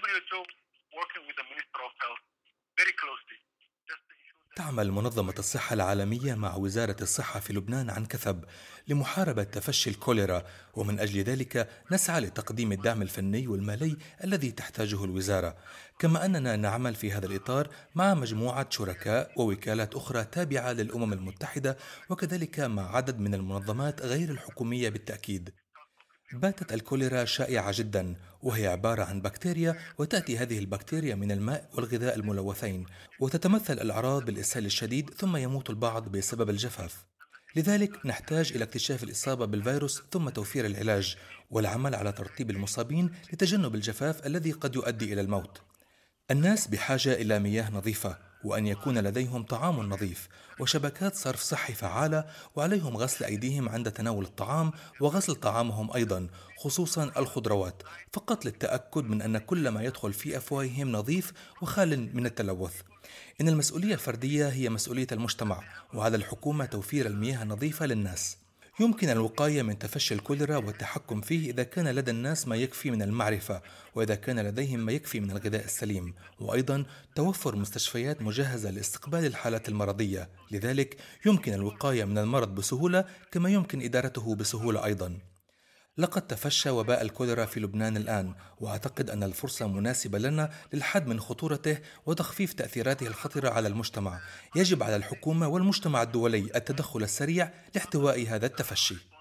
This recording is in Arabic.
تعمل منظمة الصحة العالمية مع وزارة الصحة في لبنان عن كثب لمحاربة تفشي الكوليرا، ومن أجل ذلك نسعى لتقديم الدعم الفني والمالي الذي تحتاجه الوزارة. كما أننا نعمل في هذا الإطار مع مجموعة شركاء ووكالات أخرى تابعة للأمم المتحدة، وكذلك مع عدد من المنظمات غير الحكومية بالتأكيد. باتت الكوليرا شائعة جدا، وهي عبارة عن بكتيريا، وتأتي هذه البكتيريا من الماء والغذاء الملوثين، وتتمثل الأعراض بالإسهال الشديد، ثم يموت البعض بسبب الجفاف. لذلك نحتاج إلى اكتشاف الإصابة بالفيروس ثم توفير العلاج، والعمل على ترطيب المصابين لتجنب الجفاف الذي قد يؤدي إلى الموت. الناس بحاجة إلى مياه نظيفة، وأن يكون لديهم طعام نظيف، وشبكات صرف صحي فعالة، وعليهم غسل أيديهم عند تناول الطعام، وغسل طعامهم أيضا، خصوصا الخضروات، فقط للتأكد من أن كل ما يدخل في أفواههم نظيف وخال من التلوث. إن المسؤولية الفردية هي مسؤولية المجتمع، وعلى الحكومة توفير المياه النظيفة للناس. يمكن الوقاية من تفشي الكوليرا والتحكم فيه إذا كان لدى الناس ما يكفي من المعرفة، وإذا كان لديهم ما يكفي من الغذاء السليم، وأيضا توفر مستشفيات مجهزة لاستقبال الحالات المرضية. لذلك يمكن الوقاية من المرض بسهولة، كما يمكن إدارته بسهولة أيضا. لقد تفشى وباء الكوليرا في لبنان الآن، وأعتقد أن الفرصة مناسبة لنا للحد من خطورته وتخفيف تأثيراته الخطرة على المجتمع. يجب على الحكومة والمجتمع الدولي التدخل السريع لاحتواء هذا التفشي.